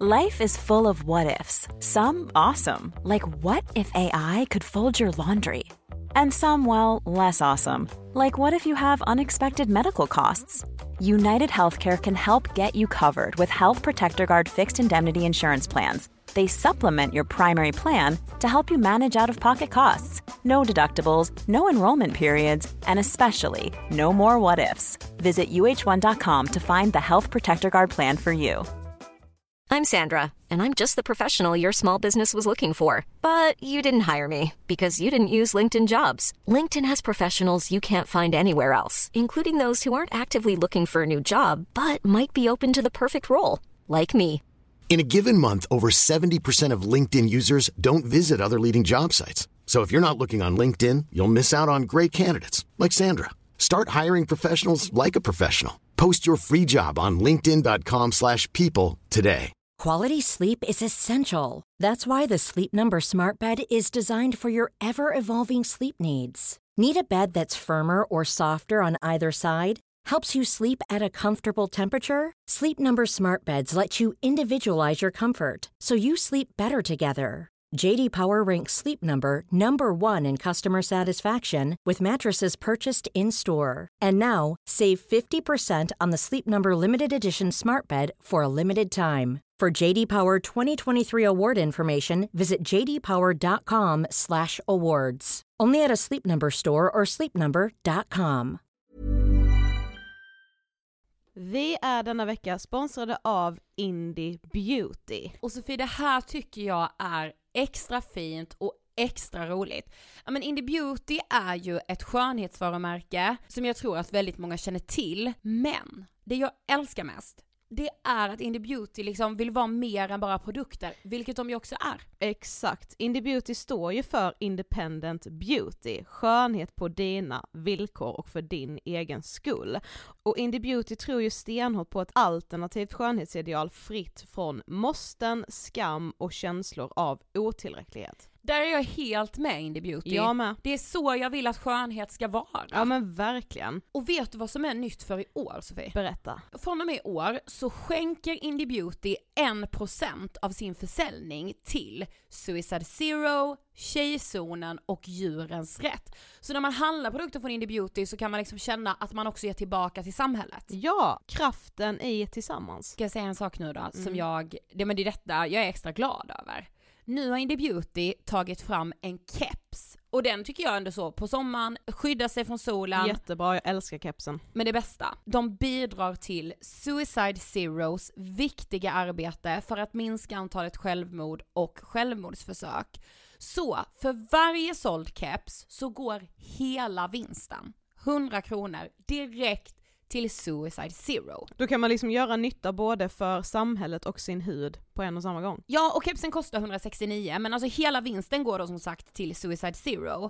Life is full of what-ifs. Some awesome, like what if AI could fold your laundry? And some, well, less awesome, like what if you have unexpected medical costs? United Healthcare can help get you covered with Health Protector Guard fixed indemnity insurance plans. They supplement your primary plan to help you manage out-of-pocket costs. No deductibles, no enrollment periods, and especially no more what-ifs. Visit uh1.com to find the Health Protector Guard plan for you. I'm Sandra, and I'm just the professional your small business was looking for. But you didn't hire me because you didn't use LinkedIn Jobs. LinkedIn has professionals you can't find anywhere else, including those who aren't actively looking for a new job, but might be open to the perfect role, like me. In a given month, over 70% of LinkedIn users don't visit other leading job sites. So if you're not looking on LinkedIn, you'll miss out on great candidates like Sandra. Start hiring professionals like a professional. Post your free job on linkedin.com/people today. Quality sleep is essential. That's why the Sleep Number Smart Bed is designed for your ever-evolving sleep needs. Need a bed that's firmer or softer on either side? Helps you sleep at a comfortable temperature? Sleep Number Smart Beds let you individualize your comfort so you sleep better together. J.D. Power ranks Sleep Number #1 in customer satisfaction with mattresses purchased in-store. And now, save 50% on the Sleep Number Limited Edition Smart Bed for a limited time. For J.D. Power 2023 award information, visit jdpower.com/awards. Only at a Sleep Number store or sleepnumber.com. Vi är denna vecka sponsrade av Indie Beauty. Och Sofie, det här tycker jag är extra fint och extra roligt. Ja, men Indie Beauty är ju ett skönhetsvarumärke som jag tror att väldigt många känner till. Men det jag älskar mest, det är att Indie Beauty liksom vill vara mer än bara produkter, vilket de ju också är. Exakt. Indie Beauty står ju för Independent Beauty, skönhet på dina villkor och för din egen skull. Och Indie Beauty tror ju stenhårt på ett alternativt skönhetsideal fritt från måsten, skam och känslor av otillräcklighet. Där är jag helt med Indie Beauty. Jag med. Det är så jag vill att skönhet ska vara. Ja men verkligen. Och vet du vad som är nytt för i år, Sofie? Berätta. Från och med i år så skänker Indie Beauty 1% av sin försäljning till Suicide Zero, Tjejzonen och Djurens Rätt. Så när man handlar produkter från Indie Beauty så kan man liksom känna att man också ger tillbaka till samhället. Ja, kraften i tillsammans. Ska jag säga en sak nu då som det är detta jag är extra glad över. Nu har Indie Beauty tagit fram en keps. Och den tycker jag ändå så på sommaren, skydda sig från solen. Jättebra, jag älskar kepsen. Men det bästa, de bidrar till Suicide Zeros viktiga arbete för att minska antalet självmord och självmordsförsök. Så för varje såld keps så går hela vinsten, 100 kronor, direkt till Suicide Zero. Då kan man liksom göra nytta både för samhället och sin hud på en och samma gång. Ja, och kepsen kostar 169, men alltså hela vinsten går då som sagt till Suicide Zero.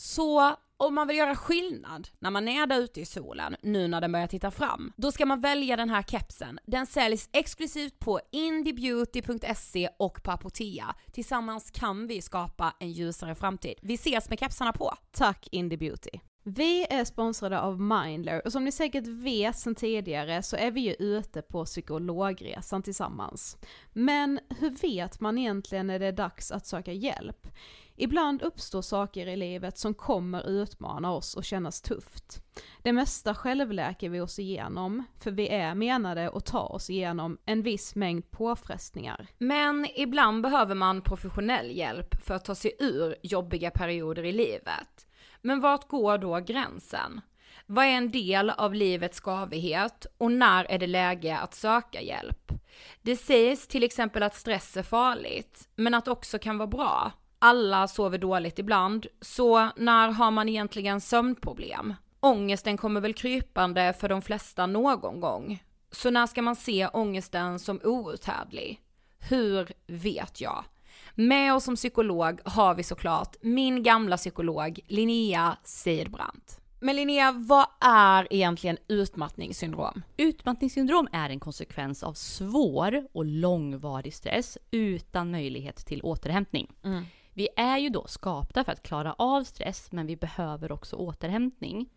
Så om man vill göra skillnad när man är där ute i solen, nu när den börjar titta fram, då ska man välja den här kepsen. Den säljs exklusivt på indiebeauty.se och på Apotea. Tillsammans kan vi skapa en ljusare framtid. Vi ses med kepsarna på. Tack Indie Beauty. Vi är sponsrade av Mindler och som ni säkert vet sedan tidigare så är vi ju ute på psykologresan tillsammans. Men hur vet man egentligen när det är dags att söka hjälp? Ibland uppstår saker i livet som kommer utmana oss och kännas tufft. Det mesta självläker vi oss igenom för vi är menade att ta oss igenom en viss mängd påfrestningar. Men ibland behöver man professionell hjälp för att ta sig ur jobbiga perioder i livet. Men vart går då gränsen? Vad är en del av livets skavighet och när är det läge att söka hjälp? Det sägs till exempel att stress är farligt, men att också kan vara bra. Alla sover dåligt ibland, så när har man egentligen sömnproblem? Ångesten kommer väl krypande för de flesta någon gång. Så när ska man se ångesten som outhärdlig? Hur vet jag? Med oss som psykolog har vi såklart min gamla psykolog Linnea Seidbrant. Men Linnea, vad är egentligen utmattningssyndrom? Utmattningssyndrom är en konsekvens av svår och långvarig stress utan möjlighet till återhämtning. Vi är ju då skapta för att klara av stress, men vi behöver också återhämtning.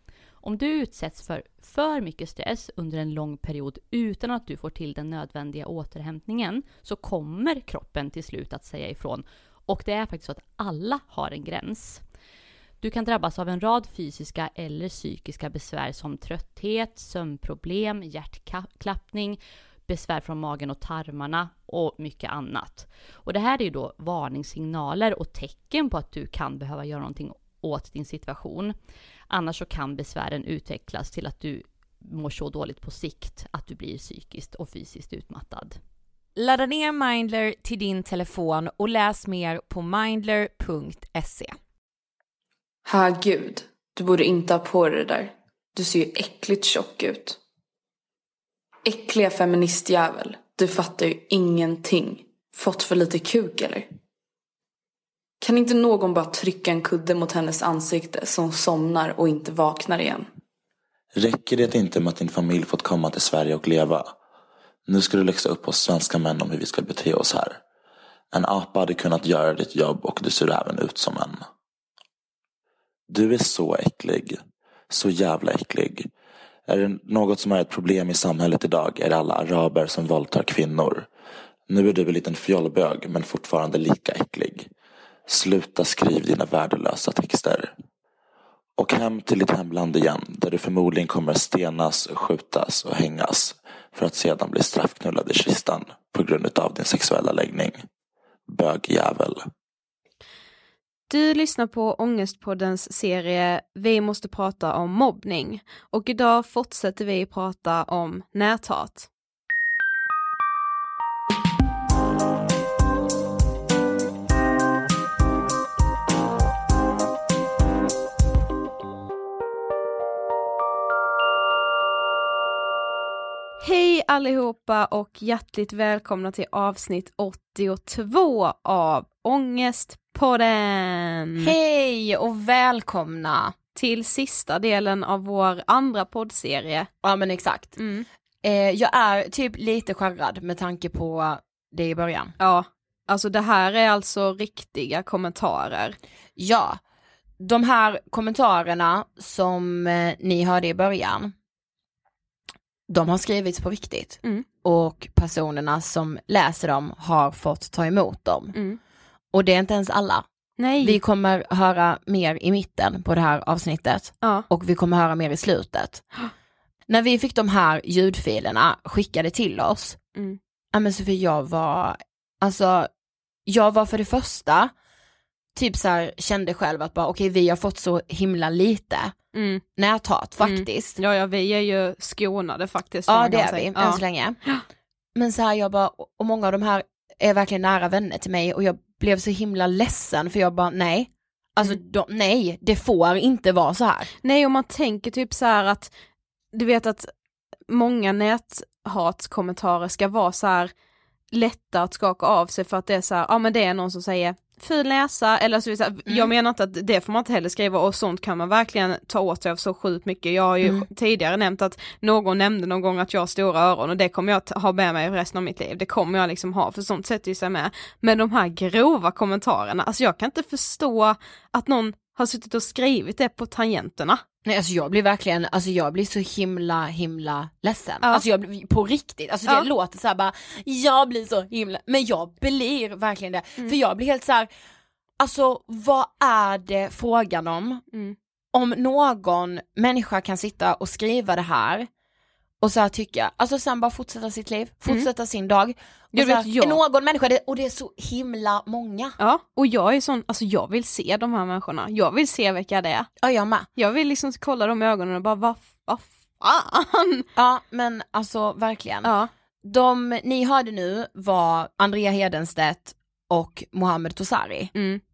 Om du utsätts för mycket stress under en lång period utan att du får till den nödvändiga återhämtningen, så kommer kroppen till slut att säga ifrån. Och det är faktiskt så att alla har en gräns. Du kan drabbas av en rad fysiska eller psykiska besvär som trötthet, sömnproblem, hjärtklappning, besvär från magen och tarmarna och mycket annat. Och det här är ju då varningssignaler och tecken på att du kan behöva göra någonting åt din situation. Annars så kan besvären utvecklas till att du mår så dåligt på sikt att du blir psykiskt och fysiskt utmattad. Ladda ner Mindler till din telefon och läs mer på mindler.se. Herregud, du borde inte ha på dig det där. Du ser ju äckligt tjock ut. Äckliga feministjävel, du fattar ju ingenting. Fått för lite kuk eller? Kan inte någon bara trycka en kudde mot hennes ansikte så hon somnar och inte vaknar igen? Räcker det inte med att din familj fått komma till Sverige och leva? Nu ska du läxa upp oss svenska män om hur vi ska bete oss här. En apa hade kunnat göra ditt jobb och du ser även ut som en. Du är så äcklig. Så jävla äcklig. Är det något som är ett problem i samhället idag är det alla araber som våldtar kvinnor. Nu är du en liten fjollbög men fortfarande lika äcklig. Sluta skriv dina värdelösa texter. Och hem till ditt hemland igen där du förmodligen kommer stenas, skjutas och hängas för att sedan bli straffknullad i kistan på grund av din sexuella läggning. Bögjävel. Du lyssnar på Ångestpoddens serie Vi måste prata om mobbning. Och idag fortsätter vi prata om näthat. Hej allihopa och hjärtligt välkomna till avsnitt 82 av Ångestpodden. Hej och välkomna till sista delen av vår andra poddserie. Ja men exakt. Jag är typ lite skärrad med tanke på det i början. Ja, alltså det här är alltså riktiga kommentarer. Ja, de här kommentarerna som ni hörde i början, de har skrivits på riktigt. Och personerna som läser dem har fått ta emot dem. Och det är inte ens alla. Nej. Vi kommer höra mer i mitten på det här avsnittet. Ja. Och vi kommer höra mer i slutet. När vi fick de här ljudfilerna skickade till oss. Ja men Sofie, jag var för det första typ så här, kände själv att bara okej, vi har fått så himla lite näthat faktiskt. Ja, vi är ju skonade faktiskt. Ja, det är vi, än så länge. Men så här, jag bara, och många av de här är verkligen nära vänner till mig och jag blev så himla ledsen för jag bara, nej. Alltså, nej, det får inte vara så här. Nej, och man tänker typ så här att, du vet att många näthatskommentarer ska vara så här lätta att skaka av sig för att det är så här, ja men det är någon som säger ful näsa, eller så här, jag menar inte att det får man inte heller skriva och sånt kan man verkligen ta åt sig av så sjukt mycket. Jag har ju tidigare nämnt att någon nämnde någon gång att jag har stora öron och det kommer jag ha med mig resten av mitt liv. Det kommer jag liksom ha, för sånt sätter ju sig med. Men de här grova kommentarerna, alltså jag kan inte förstå att någon har suttit och skrivit det på tangenterna. Nej, alltså jag blir så himla ledsen. Ja. Alltså jag blir på riktigt, alltså det låter så här bara, jag blir så himla, men jag blir verkligen det. För jag blir helt så här, alltså vad är det frågan om? Om någon människa kan sitta och skriva det här och så här tycka, alltså sen bara fortsätta sitt liv, fortsätta sin dag. Någon människa, och det är så himla många. Ja, och jag är sån, alltså jag vill se de här människorna. Jag vill se vilka det är. Ja, jag med. Jag vill liksom kolla dem i ögonen och bara, vad fan? Ja, men alltså verkligen. Ja. De ni hörde nu var Andrea Hedenstedt och Mohammed Tosari.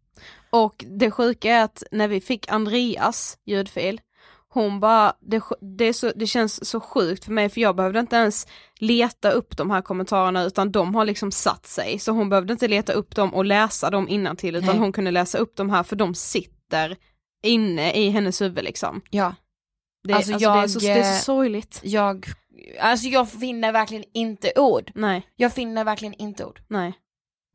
Och det sjuka är att när vi fick Andreas ljudfil, hon bara, det känns så sjukt för mig, för jag behövde inte ens leta upp de här kommentarerna utan de har liksom satt sig, så hon behövde inte leta upp dem och läsa dem innantill utan hon kunde läsa upp de här för de sitter inne i hennes huvud liksom. Ja. Det är så sorgligt. Jag finner verkligen inte ord. Nej. Jag finner verkligen inte ord. Nej. Usch.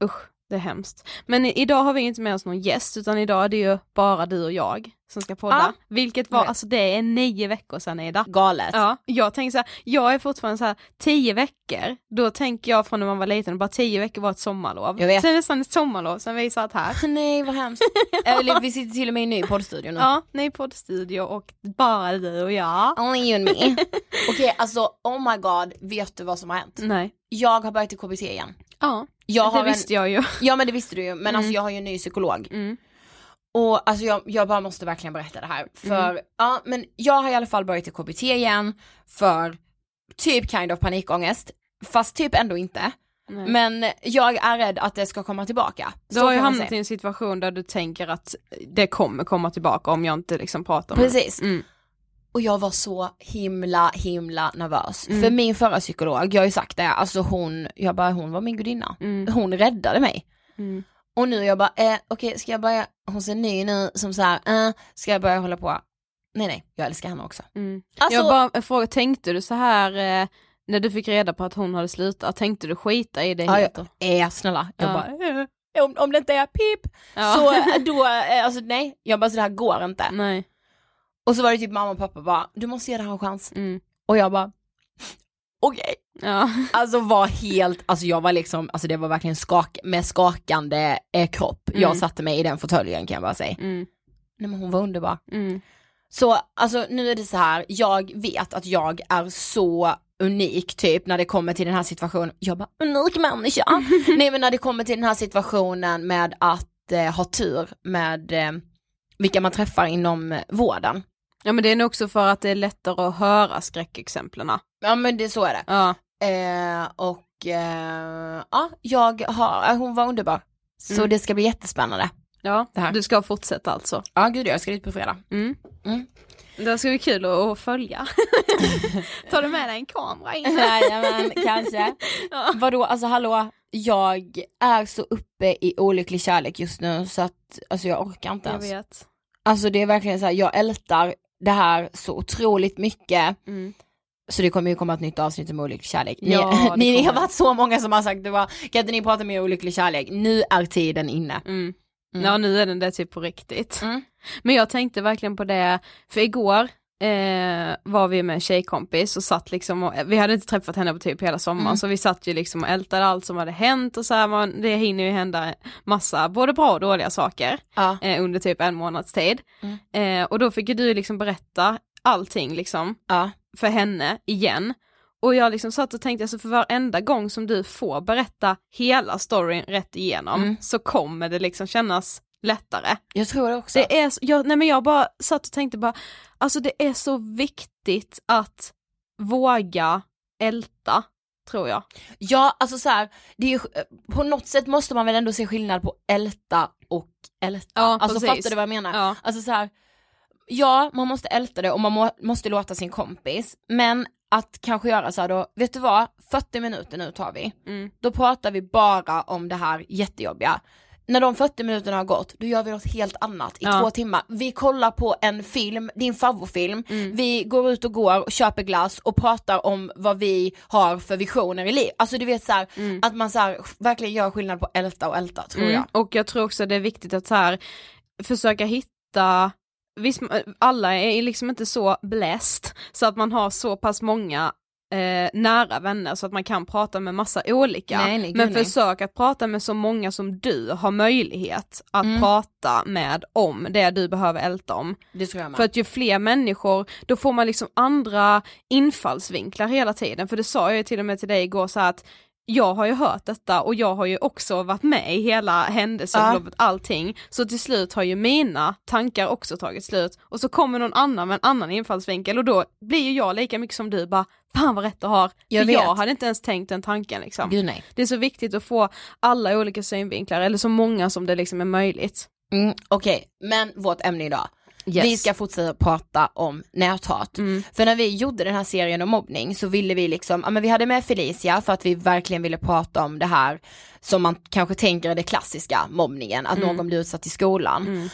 Det är hemskt. Men idag har vi inte med oss någon gäst, utan idag är det ju bara du och jag som ska podda. Ja. Vilket var, alltså det är 9 veckor sedan Ida. Galet. Ja, jag tänker så här, jag är fortfarande så här 10 veckor. Då tänker jag från när man var liten, bara 10 veckor var ett sommarlov. Jag vet. Sen är det nästan ett sommarlov, sen vi satt här. Nej, vad hemskt. Eller vi sitter till och med i en ny poddstudio nu. Ja, ny poddstudio och bara du och jag. Only you and me. Okej, alltså oh my god, vet du vad som har hänt? Nej. Jag har börjat i KBT igen. Ja, Jag det har visste jag ju. Ja, men det visste du ju. Men alltså jag har ju en ny psykolog. Och alltså jag bara måste verkligen berätta det här. För ja, men jag har i alla fall börjat i KBT igen. För typ kind of panikångest. Fast typ ändå inte. Nej. Men jag är rädd att det ska komma tillbaka. Du har ju hamnat i en situation där du tänker att det kommer komma tillbaka om jag inte liksom pratar med. Precis. Och jag var så himla nervös. För min förra psykolog, jag har ju sagt det, alltså hon var min gudinna. Hon räddade mig. Och nu jag bara, okej, ska jag börja hos en ny nu som så här, ska jag börja hålla på? Nej, jag älskar henne också. Alltså, jag bara frågar, tänkte du så här när du fick reda på att hon hade slutat, tänkte du skita i det helt? Snälla, jag bara, om det inte är pip, så då, alltså nej, jag bara så det här går inte. Nej. Och så var det typ mamma och pappa bara, du måste ge det här en chans. Och jag bara, okej. Ja. Alltså var helt, alltså jag var liksom, alltså det var verkligen med skakande kropp. Jag satte mig i den fåtöljen kan jag bara säga. Nej, men hon var underbar. Så alltså nu är det så här, jag vet att jag är så unik typ när det kommer till den här situationen. Jag bara, unik människa. Nej, men när det kommer till den här situationen med att ha tur med vilka man träffar inom vården. Ja, men det är nog också för att det är lättare att höra skräckexemplerna. Ja, men det så är det. Ja. Hon var underbar. Så det ska bli jättespännande. Ja, du ska fortsätta alltså. Ja, gud, jag ska dit på fredag. Det ska bli kul att följa. Tar du med dig en kamera in? Nej, men kanske. Vadå, alltså hallå, jag är så uppe i olycklig kärlek just nu så att alltså jag orkar inte ens. Jag vet. Alltså det är verkligen så här, jag ältar det här så otroligt mycket. Så det kommer ju komma ett nytt avsnitt om olycklig kärlek. Ni har varit så många som har sagt det var, kan inte ni prata mer om olycklig kärlek? Nu är tiden inne. Ja, nu är den där typ på riktigt. Men jag tänkte verkligen på det, för igår var vi med en tjejkompis och satt liksom och, vi hade inte träffat henne på typ hela sommaren, så vi satt ju liksom och ältade allt som hade hänt och så här, det hinner ju hända massa både bra och dåliga saker under typ en månads tid. Och då fick ju du liksom berätta allting liksom för henne igen. Och jag liksom satt och tänkte, alltså för varenda gång som du får berätta hela storyn rätt igenom så kommer det liksom kännas lättare. Jag tror det också. Det är, jag bara satt och tänkte bara, alltså det är så viktigt att våga älta, tror jag. Ja, alltså så här, det är ju, på något sätt måste man väl ändå se skillnad på älta och älta. Ja, alltså precis. fattar du vad jag menar? Ja. Alltså så här, ja, man måste älta det och man måste låta sin kompis, men att kanske göra så här då, vet du vad, 40 minuter nu tar vi. Då pratar vi bara om det här jättejobbiga. När de 40 minuterna har gått, då gör vi något helt annat i 2 timmar. Vi kollar på en film, din favoritfilm. Vi går ut och går och köper glass och pratar om vad vi har för visioner i liv. Alltså du vet så här, att man så här, verkligen gör skillnad på älta och älta, tror jag. Och jag tror också det är viktigt att så här, försöka hitta, visst, alla är liksom inte så blessed så att man har så pass många nära vänner så att man kan prata med massa olika. Men försök att prata med så många som du har möjlighet att prata med om det du behöver älta om. Det tror jag med. För att ju fler människor, då får man liksom andra infallsvinklar hela tiden. För det sa jag ju till och med till dig igår så att jag har ju hört detta och jag har ju också varit med i hela händelseförloppet, allting. Så till slut har ju mina tankar också tagit slut. Och så kommer någon annan med en annan infallsvinkel och då blir ju jag lika mycket som du bara, fan vad rätt du har. Jag hade inte ens tänkt den tanken liksom. Gud, nej. Det är så viktigt att få alla olika synvinklar, eller så många som det liksom är möjligt. Okej, men vårt ämne idag. Yes. Vi ska fortsätta prata om näthat. För när vi gjorde den här serien om mobbning så ville vi liksom, men vi hade med Felicia för att vi verkligen ville prata om det här som man kanske tänker är det klassiska mobbningen, att någon blir utsatt i skolan.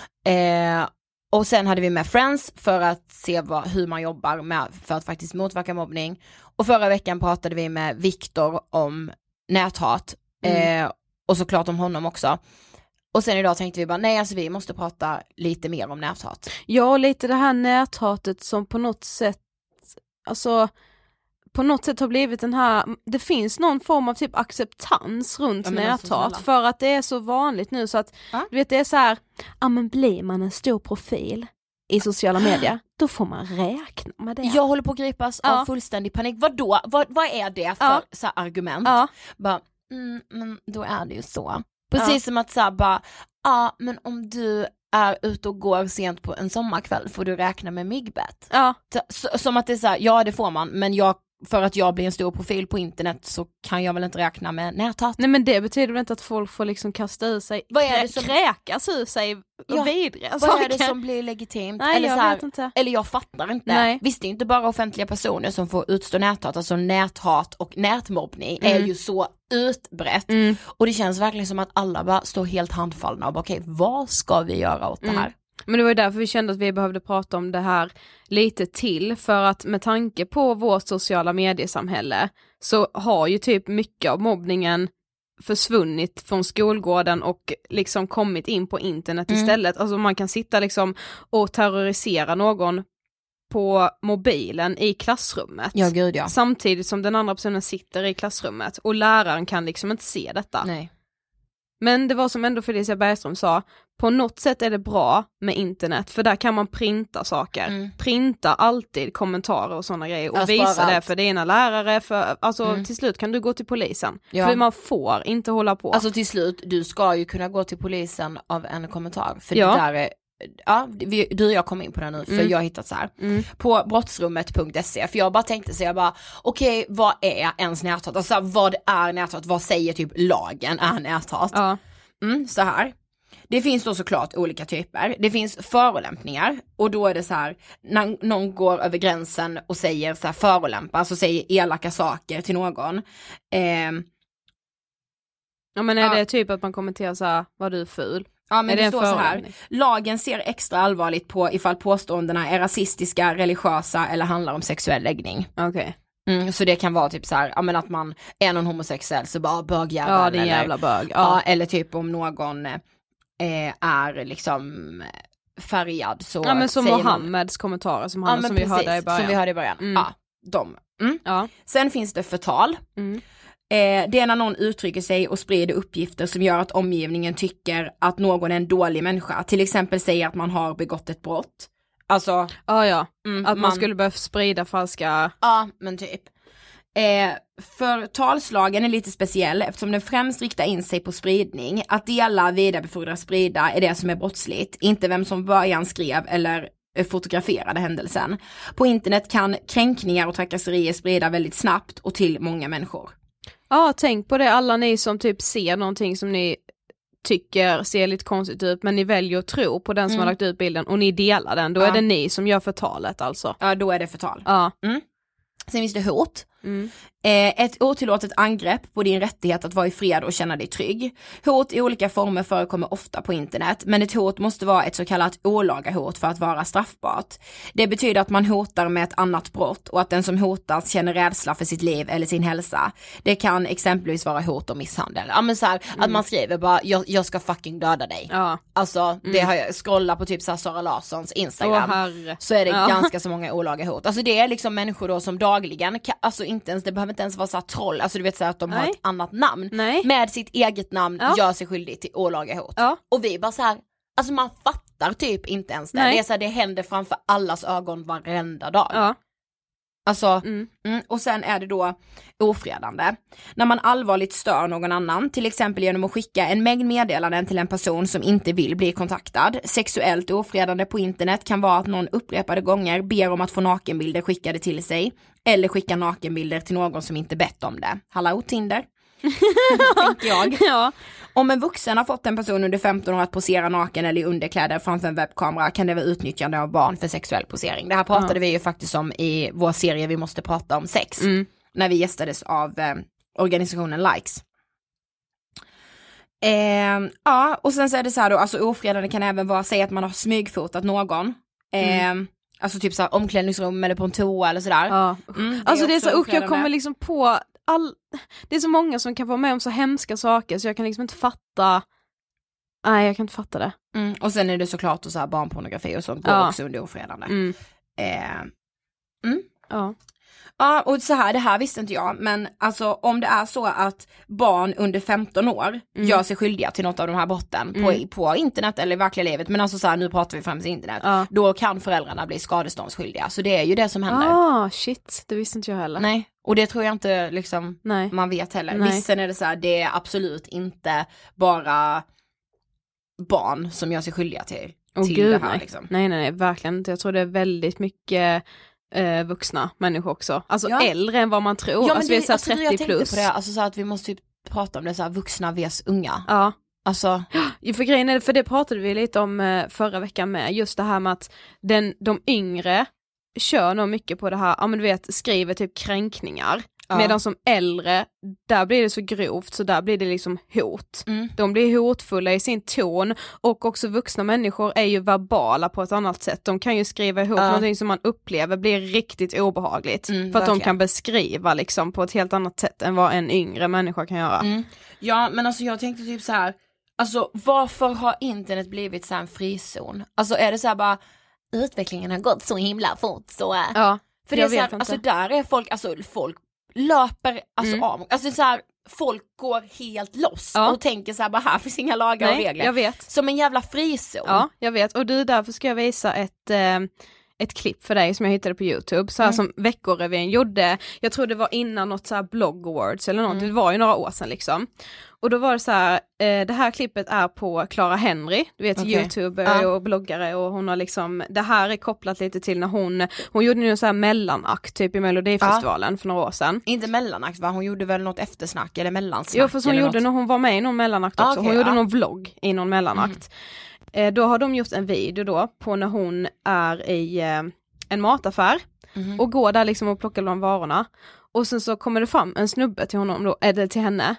Och sen hade vi med Friends för att se hur man jobbar med för att faktiskt motverka mobbning. Och förra veckan pratade vi med Viktor om näthat. Och såklart om honom också. Och sen idag tänkte vi bara, nej alltså vi måste prata lite mer om näthat. Ja, lite det här näthatet som på något sätt, alltså på något sätt har blivit den här, det finns någon form av typ acceptans runt näthat för att det är så vanligt nu så att du vet det är så här, men blir man en stor profil i sociala medier, då får man räkna med det. Jag håller på att gripas av fullständig panik. Vadå? Vad är det för så här argument? Bara, men då är det ju så. Precis som att så här, bara, men om du är ute och går sent på en sommarkväll får du räkna med myggbett. Som att det är så här, ja det får man, men för att jag blir en stor profil på internet så kan jag väl inte räkna med näthat. Nej, men det betyder väl inte att folk får liksom kasta ur sig, kräkas ur sig och vidriga saker. Vad är det som blir legitimt? Nej, eller jag så här, vet inte. Eller jag fattar inte. Nej. Visst, det är inte bara offentliga personer som får utstå näthat. Alltså näthat och nätmobbning är ju så utbrett. Och det känns verkligen som att alla bara står helt handfallna och bara okej, vad ska vi göra åt det här? Men det var ju därför vi kände att vi behövde prata om det här lite till, för att med tanke på vårt sociala mediesamhälle så har ju typ mycket av mobbningen försvunnit från skolgården och liksom kommit in på internet istället. Alltså man kan sitta liksom och terrorisera någon på mobilen i klassrummet. Ja, gud ja. Samtidigt som den andra personen sitter i klassrummet och läraren kan liksom inte se detta. Nej. Men det var som ändå Felicia Bergström sa, på något sätt är det bra med internet, för där kan man printa saker. Printa alltid kommentarer och sådana grejer och visa det för dina lärare, för alltså till slut kan du gå till polisen. För man får inte hålla på. Alltså till slut, du ska ju kunna gå till polisen av en kommentar, för det där är du och jag kom in på det nu för jag har hittat så här på brottsrummet.se, för jag bara tänkte så jag bara okej, vad är ens näthat? Alltså vad är näthat? Vad säger typ lagen är näthat? Så här. Det finns då såklart olika typer. Det finns förolämpningar och då är det så här när någon går över gränsen och säger så här förolämpa, alltså säger elaka saker till någon. Ja, men är det typ att man kommenterar så här, var du ful? Ja, men det står så här. Lagen ser extra allvarligt på ifall påståendena är rasistiska, religiösa eller handlar om sexuell läggning. Okej. Så det kan vara typ så här, ja men att man är någon homosexuell så bara bögjävel. Ja, det är en jävla bög. Ja, eller typ om någon är liksom färgad så. Ja, men som Mohammeds kommentarer som han som vi hörde i början. Som vi hörde i början. Ja, de. Ja. Sen finns det förtal. Det är när någon uttrycker sig och sprider uppgifter som gör att omgivningen tycker att någon är en dålig människa. Till exempel säger att man har begått ett brott. Alltså, att man skulle behöva sprida falska. Ja, men typ. Förtalslagen är lite speciell eftersom den främst riktar in sig på spridning. Att dela, vidarebefordra, sprida är det som är brottsligt. Inte vem som början skrev eller fotograferade händelsen. På internet kan kränkningar och trakasserier sprida väldigt snabbt och till många människor. Ja, tänk på det, alla ni som typ ser någonting som ni tycker ser lite konstigt ut, men ni väljer att tro på den som har lagt ut bilden och ni delar den, då är det ni som gör förtalet alltså. Ja, då är det förtal. Sen finns det hot. Ett otillåtet angrepp på din rättighet att vara i fred och känna dig trygg. Hot i olika former förekommer ofta på internet, men ett hot måste vara ett så kallat olaga hot för att vara straffbart. Det betyder att man hotar med ett annat brott och att den som hotas känner rädsla för sitt liv eller sin hälsa. Det kan exempelvis vara hot om misshandel. Ja, men så här, att man skriver bara jag ska fucking döda dig. Alltså det har jag scrollat på typ så här Sara Larssons Instagram. Så är det ganska så många olaga hot. Alltså det är liksom människor då som dagligen alltså inte ens, det behöver inte ens vara så här troll, alltså du vet så här att de har ett annat namn med sitt eget namn gör sig skyldig till olaga hot. Och vi bara så här, alltså man fattar typ inte ens det. Det är så här, det händer framför allas ögon varenda dag. Alltså, och sen är det då ofredande. När man allvarligt stör någon annan, till exempel genom att skicka en mängd meddelanden till en person som inte vill bli kontaktad. Sexuellt ofredande på internet kan vara att någon upprepade gånger ber om att få nakenbilder skickade till sig. Eller skicka nakenbilder till någon som inte bett om det. Hallå Tinder. Tänker jag. Om en vuxen har fått en person under 15 år att posera naken eller i underkläder framför en webbkamera kan det vara utnyttjande av barn för sexuell posering. Det här pratade vi ju faktiskt om i vår serie Vi måste prata om sex. När vi gästades av organisationen Likes. Och sen så är det så här då, alltså ofredande kan även vara, säga att man har smygfotat någon. Alltså typ så här omklädningsrum eller på en toa eller sådär. Alltså det är så jag kommer liksom på det är så många som kan vara med om så hemska saker så jag kan liksom inte fatta. Nej, jag kan inte fatta det. Och sen är det såklart och så här barnpornografi och sånt går också under ofredande. Ja. Ja, och så här, det här visste inte jag, men alltså om det är så att barn under 15 år gör sig skyldiga till något av de här brotten på internet eller i verkliga livet, men alltså så här, nu pratar vi främst internet, då kan föräldrarna bli skadeståndsskyldiga, så det är ju det som händer. Shit, det visste inte jag heller. Nej, och det tror jag inte liksom man vet heller. Visst är det så här, det är absolut inte bara barn som gör sig skyldiga till det här liksom. Nej, verkligen inte. Jag tror det är väldigt mycket vuxna människor också. Alltså äldre än vad man tror. Ja, men alltså vi är så 30 jag plus. På det, alltså så att vi måste typ prata om det så här, vuxna vs unga. Ja. Alltså. För grejen är, för det pratade vi lite om förra veckan med. Just det här med att de yngre kör nog mycket på det här, ja men du vet, skriver typ kränkningar. Medan som äldre, där blir det så grovt så där blir det liksom hot. De blir hotfulla i sin ton, och också vuxna människor är ju verbala på ett annat sätt. De kan ju skriva ihop någonting som man upplever blir riktigt obehagligt. För att de kan beskriva liksom på ett helt annat sätt än vad en yngre människa kan göra. Ja, men alltså jag tänkte typ så här, alltså varför har internet blivit så här en frizon? Alltså är det så här bara, utvecklingen har gått så himla fort så. Ja, för det är så här, alltså där är folk löper alltså så här, folk går helt loss och tänker så här, bara här finns inga lagar och regler. Jag vet. Som en jävla frizon. Ja, jag vet. Och därför ska jag visa ett klipp för dig som jag hittade på YouTube, så här som Veckorevyn gjorde. Jag tror det var innan något så här blog awards eller något. Det var ju några år sedan liksom. Och då var det så här, det här klippet är på Clara Henry, du vet, YouTuber och bloggare, och hon har liksom, det här är kopplat lite till när hon gjorde ju så här mellanakt typ i Melodifestivalen för några år sedan. Inte mellanakt va? Hon gjorde väl något eftersnack eller mellansnack? Jo, för hon gjorde när hon var med i någon mellanakt också. Hon gjorde någon vlogg i någon mellanakt. Då har de gjort en video då på när hon är i en mataffär och går där liksom och plockar bland varorna. Och sen så kommer det fram en snubbe till honom då, eller till henne,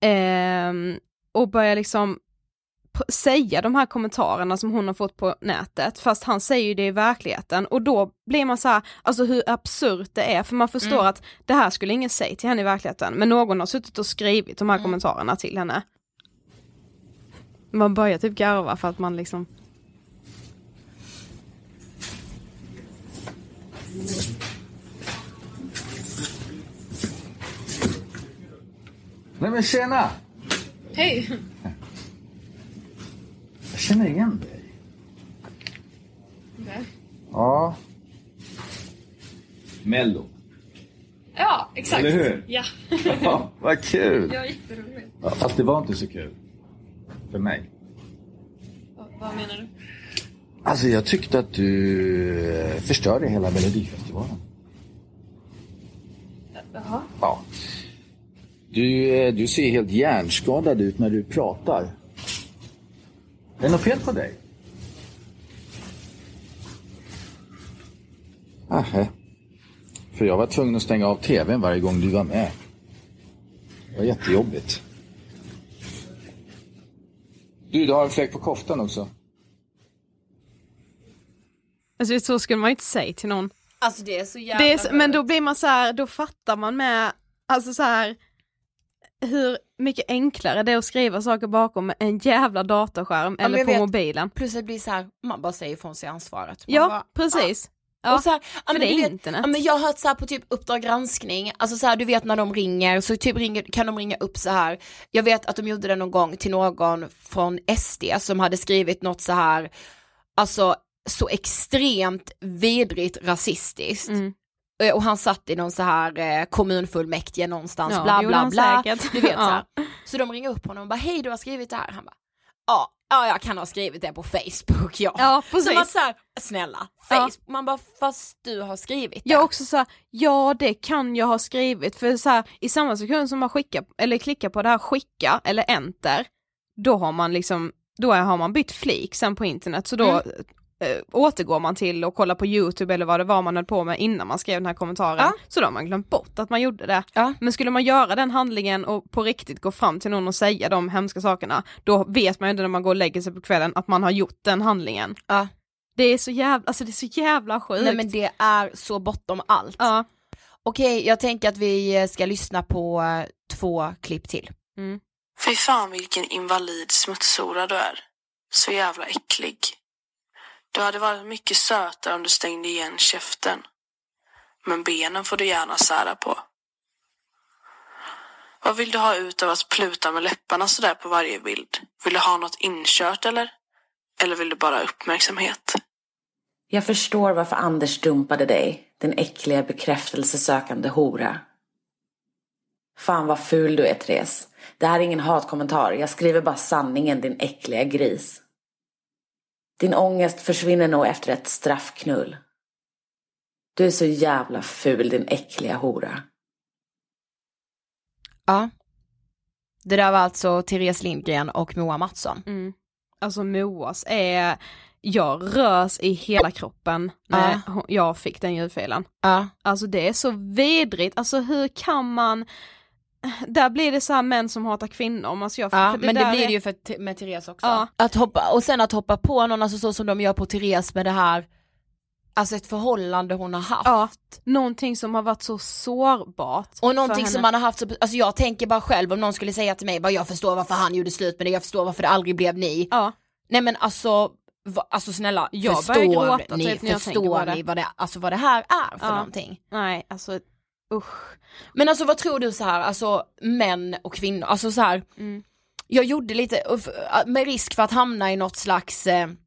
och börjar liksom säga de här kommentarerna som hon har fått på nätet, fast han säger ju det i verkligheten. Och då blir man så här, alltså hur absurt det är, för man förstår att det här skulle ingen säga till henne i verkligheten, men någon har suttit och skrivit de här kommentarerna till henne. Man börjar typ garva för att man liksom... Nej men tjena! Hej! Jag känner igen dig. Okay. Ja. Mello. Ja, exakt. Eller hur? Ja. Ja, vad kul! Ja, jätteroligt. Ja, fast det var inte så kul. För mig. Vad menar du? Alltså jag tyckte att du förstörde hela Melodifestivalen. Jaha. Ja. Du ser helt hjärnskadad ut när du pratar. Är det något fel på dig? Aha. För jag var tvungen att stänga av tvn varje gång du var med. Det var jättejobbigt. Du har en fläck på koftan också. Alltså så skulle man inte säga till någon. Alltså det är så jävla men då blir man så här, då fattar man med, alltså så här, hur mycket enklare det är att skriva saker bakom en jävla datorskärm eller på mobilen. Plus det blir så här, man bara säger från sig ansvaret. Man bara, precis. Ja, och så här, för det är internet. Ja, men jag har hört så här på typ Uppdrag granskning, alltså så här, du vet när de ringer så typ kan de ringa upp så här. Jag vet att de gjorde det någon gång till någon från SD som hade skrivit något så här, alltså så extremt vidrigt rasistiskt. Och han satt i någon så här kommunfullmäktige någonstans, bla bla bla. Du vet så här. Så de ringer upp honom och bara, hej du har skrivit det här. Han bara, ja jag kan ha skrivit det på Facebook, ja precis. Så man så här, snälla, Facebook. Man bara, fast du har skrivit det. Jag också så här, ja det kan jag ha skrivit. För så här, i samma sekund som man klickar på det här skicka eller enter, då har man liksom, då har man bytt flik sen på internet, så då återgår man till och kollar på YouTube eller vad det var man höll på med innan man skrev den här kommentaren. Så då har man glömt bort att man gjorde det. Men skulle man göra den handlingen och på riktigt gå fram till någon och säga de hemska sakerna, då vet man ju inte när man går och lägger sig på kvällen att man har gjort den handlingen. Det är så jävla, alltså det är så jävla sjukt. Nej men det är så bortom allt. Okej, jag tänker att vi ska lyssna på 2 klipp till. Fy fan vilken invalid smutshora du är. Så jävla äcklig. Du hade varit mycket sötare om du stängde igen käften. Men benen får du gärna sära på. Vad vill du ha ut av att pluta med läpparna sådär på varje bild? Vill du ha något inkört eller? Eller vill du bara ha uppmärksamhet? Jag förstår varför Anders dumpade dig, den äckliga bekräftelsesökande hora. Fan vad ful du är, Therese. Det här är ingen hatkommentar, jag skriver bara sanningen, din äckliga gris. Din ångest försvinner nog efter ett straffknull. Du är så jävla ful, din äckliga hora. Ja. Det där var alltså Therese Lindgren och Moa Mattsson. Alltså Moas är... Jag rös i hela kroppen när jag fick den ljudfilen. Alltså det är så vidrigt. Alltså hur kan man... Där blir det så här män som hatar kvinnor. Alltså men det blir det ju med Therese också. Att hoppa på någon, alltså så som de gör på Therese med det här. Alltså ett förhållande hon har haft. Ja, någonting som har varit så sårbart. Och någonting som man har haft så, alltså jag tänker bara själv om någon skulle säga till mig, bara jag förstår varför han gjorde slut med det, jag förstår varför det aldrig blev ni. Nej men alltså snälla, förstår ni vad det här är för någonting? Nej, alltså usch. Men alltså vad tror du så här, alltså män och kvinnor, alltså så här. Jag gjorde lite med risk för att hamna i något slags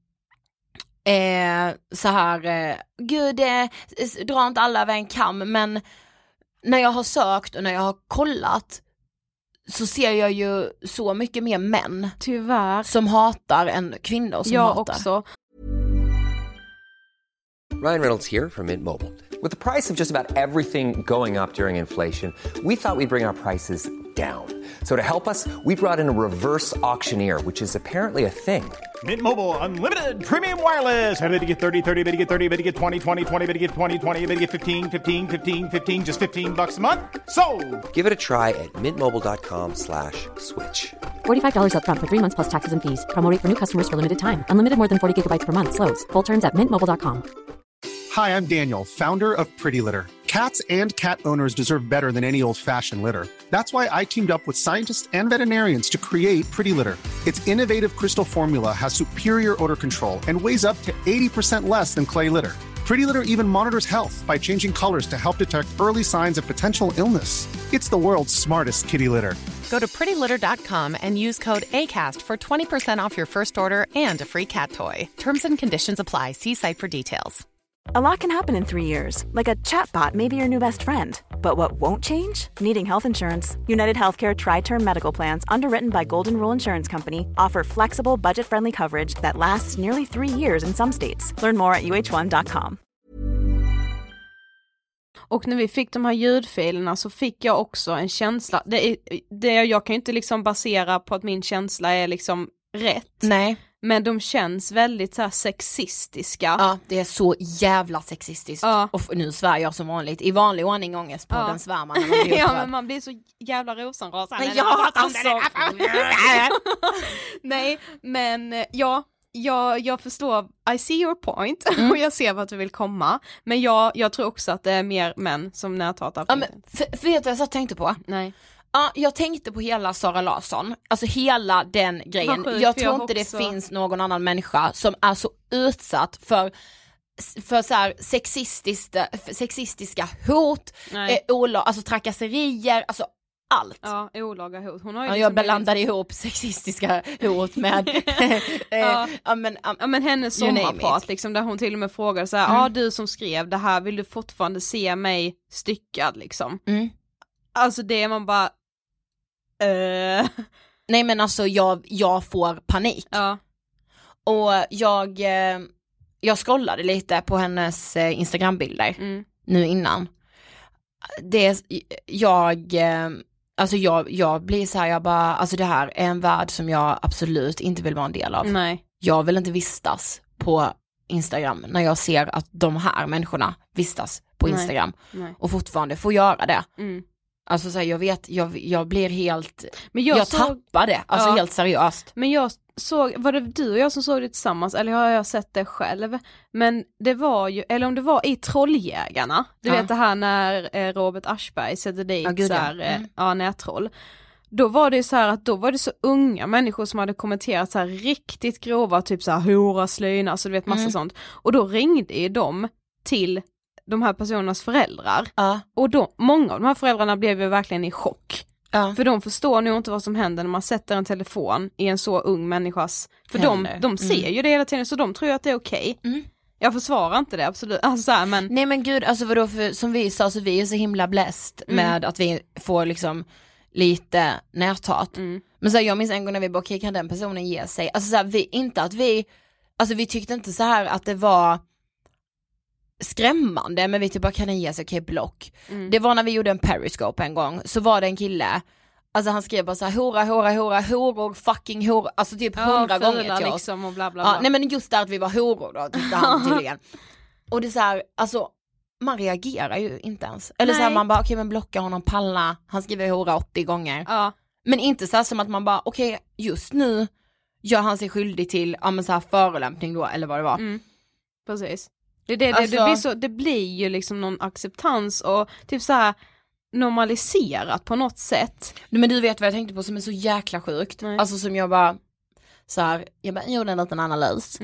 så här gud, dra inte alla över en kam, men när jag har sökt och när jag har kollat så ser jag ju så mycket mer män tyvärr som hatar än kvinnor som hatar. Också. Ryan Reynolds here from Mint Mobile. With the price of just about everything going up during inflation, we thought we'd bring our prices down. So to help us, we brought in a reverse auctioneer, which is apparently a thing. Mint Mobile Unlimited Premium Wireless. How to get 30, 30, bit to get 30, bit to get 20, 20, 20, bit to get 20, 20, bit to get 15, 15, 15, 15, just $15 a month? Sold! Give it a try at mintmobile.com/switch. $45 up front for 3 months plus taxes and fees. Promo rate for new customers for limited time. Unlimited more than 40 gigabytes per month. Slows full terms at mintmobile.com. Hi, I'm Daniel, founder of Pretty Litter. Cats and cat owners deserve better than any old-fashioned litter. That's why I teamed up with scientists and veterinarians to create Pretty Litter. Its innovative crystal formula has superior odor control and weighs up to 80% less than clay litter. Pretty Litter even monitors health by changing colors to help detect early signs of potential illness. It's the world's smartest kitty litter. Go to prettylitter.com and use code ACAST for 20% off your first order and a free cat toy. Terms and conditions apply. See site for details. A lot can happen in 3 years, like a chatbot may be your new best friend. But what won't change? Needing health insurance. United Healthcare Tri-Term Medical Plans, underwritten by Golden Rule Insurance Company, offer flexible, budget-friendly coverage that lasts nearly 3 years in some states. Learn more at uh1.com. Och när vi fick de här ljudfilerna så fick jag också en känsla. Jag kan ju inte liksom basera på att min känsla är liksom rätt. Nej. Men de känns väldigt så här sexistiska. Ja, det är så jävla sexistiskt. Och nu svär jag som vanligt. I vanlig ordning ångest på den svär man. Ja, men man blir så jävla rosenrasande. Men jag hatar Nej, men jag förstår. I see your point. Och jag ser vart du vill komma. Men jag tror också att det är mer män som näthatar. Ja, men vet du vad jag tänkte på? Nej. Ja, jag tänkte på hela Sara Larsson. Alltså hela den grejen. Sjukt, jag tror inte det finns någon annan människa som är så utsatt för så här sexistiska hot, alltså trakasserier, alltså allt. Ja, olaga hot. Hon har ju jag blandade ihop sexistiska hot med men hennes sommarprat liksom, där hon till och med frågar så här, du som skrev det här, vill du fortfarande se mig styckad liksom? Alltså det är man bara nej men alltså jag får panik. Och jag scrollade lite på hennes Instagram-bilder nu innan. Jag blir så här, jag bara, alltså det här är en värld som jag absolut inte vill vara en del av. Nej. Jag vill inte vistas på Instagram när jag ser att de här människorna vistas på Instagram. Nej. Och fortfarande får göra det. Alltså så här, jag blir helt, jag tappar det, alltså helt seriöst. Men var det du och jag som såg det tillsammans, eller har jag sett det själv? Men det var ju, eller om det var i Trolljägarna, du vet det här när Robert Aschberg sätter dit nättroll. Då var det så här att då var det så unga människor som hade kommenterat så här riktigt grova, typ så här hora, slöjna, så du vet massa sånt. Och då ringde ju de till de här personernas föräldrar. Och då, många av de här föräldrarna blev ju verkligen i chock. För de förstår nu inte vad som händer när man sätter en telefon i en så ung människas, för de ser ju det hela tiden, så de tror ju att det är okej. Jag försvarar inte det, absolut. Alltså, här, men... Nej men gud, alltså vadå, för som vi sa så vi är så himla blessed med att vi får liksom lite näthat. Men så här, jag minns en gång när vi bara, okej, kan den personen ge sig? Alltså så här, vi tyckte inte så här att det var skrämmande, men vi typ bara, kan den ge sig? Okej, block. Det var när vi gjorde en periscope en gång, så var det en kille, alltså han skrev bara så här, horor, fucking horor, alltså typ 100 gånger till oss. Liksom och bla bla bla. Nej men just där att vi var horor då, tyckte han tydligen. Och det är så här, alltså man reagerar ju inte ens. Eller så här, man bara, okej, men blocka honom, palla. Han skriver hora 80 gånger. Men inte så här som att man bara, okej, just nu gör han sig skyldig till så här förolämpning då, eller vad det var. Precis. Det blir ju liksom någon acceptans och typ så här normaliserat på något sätt. Men du vet vad jag tänkte på som är så jäkla sjukt. Alltså som jag bara så här, jag gjorde en liten analys.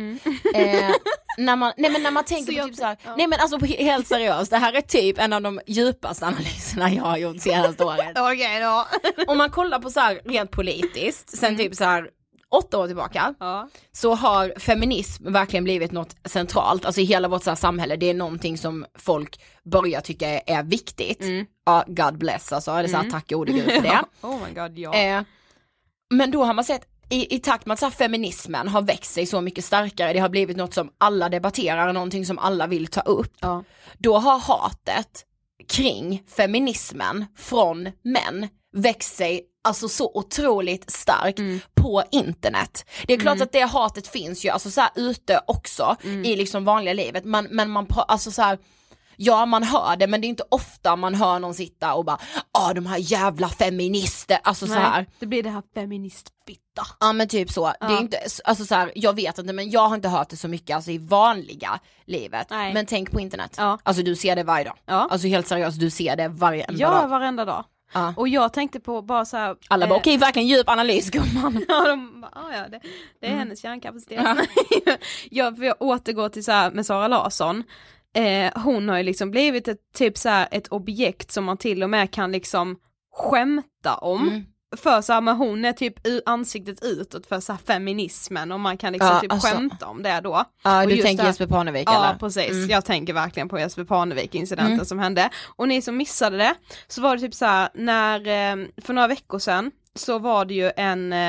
När man tänker på typ så här, nej men alltså helt seriöst, det här är typ en av de djupaste analyserna jag har gjort senaste året. Okej då. Om man kollar på så här rent politiskt, sen typ så här 8 år tillbaka, så har feminism verkligen blivit något centralt. Alltså i hela vårt så här samhälle, det är någonting som folk börjar tycka är viktigt. Ja, God bless, alltså, är det så här, tack gode gud för det. Oh my god, ja. Men då har man sett i takt med att så här, feminismen har växt sig så mycket starkare, det har blivit något som alla debatterar, någonting som alla vill ta upp. Då har hatet kring feminismen från män växt sig alltså så otroligt starkt på internet. Det är klart att det hatet finns ju alltså så här ute också i liksom vanliga livet, men man alltså så här, ja, man hör det, men det är inte ofta man hör någon sitta och bara, de här jävla feminister, alltså så här. Det blir det här feministfitta. Ja, men typ så. Det är inte, alltså så här, jag vet inte, men jag har inte hört det så mycket alltså i vanliga livet. Nej. Men tänk på internet. Alltså du ser det varje dag. Alltså helt seriöst, du ser det varenda dag. Ja, varenda dag. Och jag tänkte på bara så här, alla bara, okej, verkligen djup analys, gumman. Det är hennes hjärnkapacitet. Jag återgår till så här med Sara Larsson. Hon har ju liksom blivit ett objekt som man till och med kan liksom skämta om. För så här, men hon är typ ansiktet utåt för så här feminismen, och man kan liksom skämta om det då. Ja, och du tänker Jesper Parnevik eller? Ja, precis. Jag tänker verkligen på Jesper Parnevik-incidenten som hände. Och ni som missade det, så var det typ så här, när för några veckor sedan så var det ju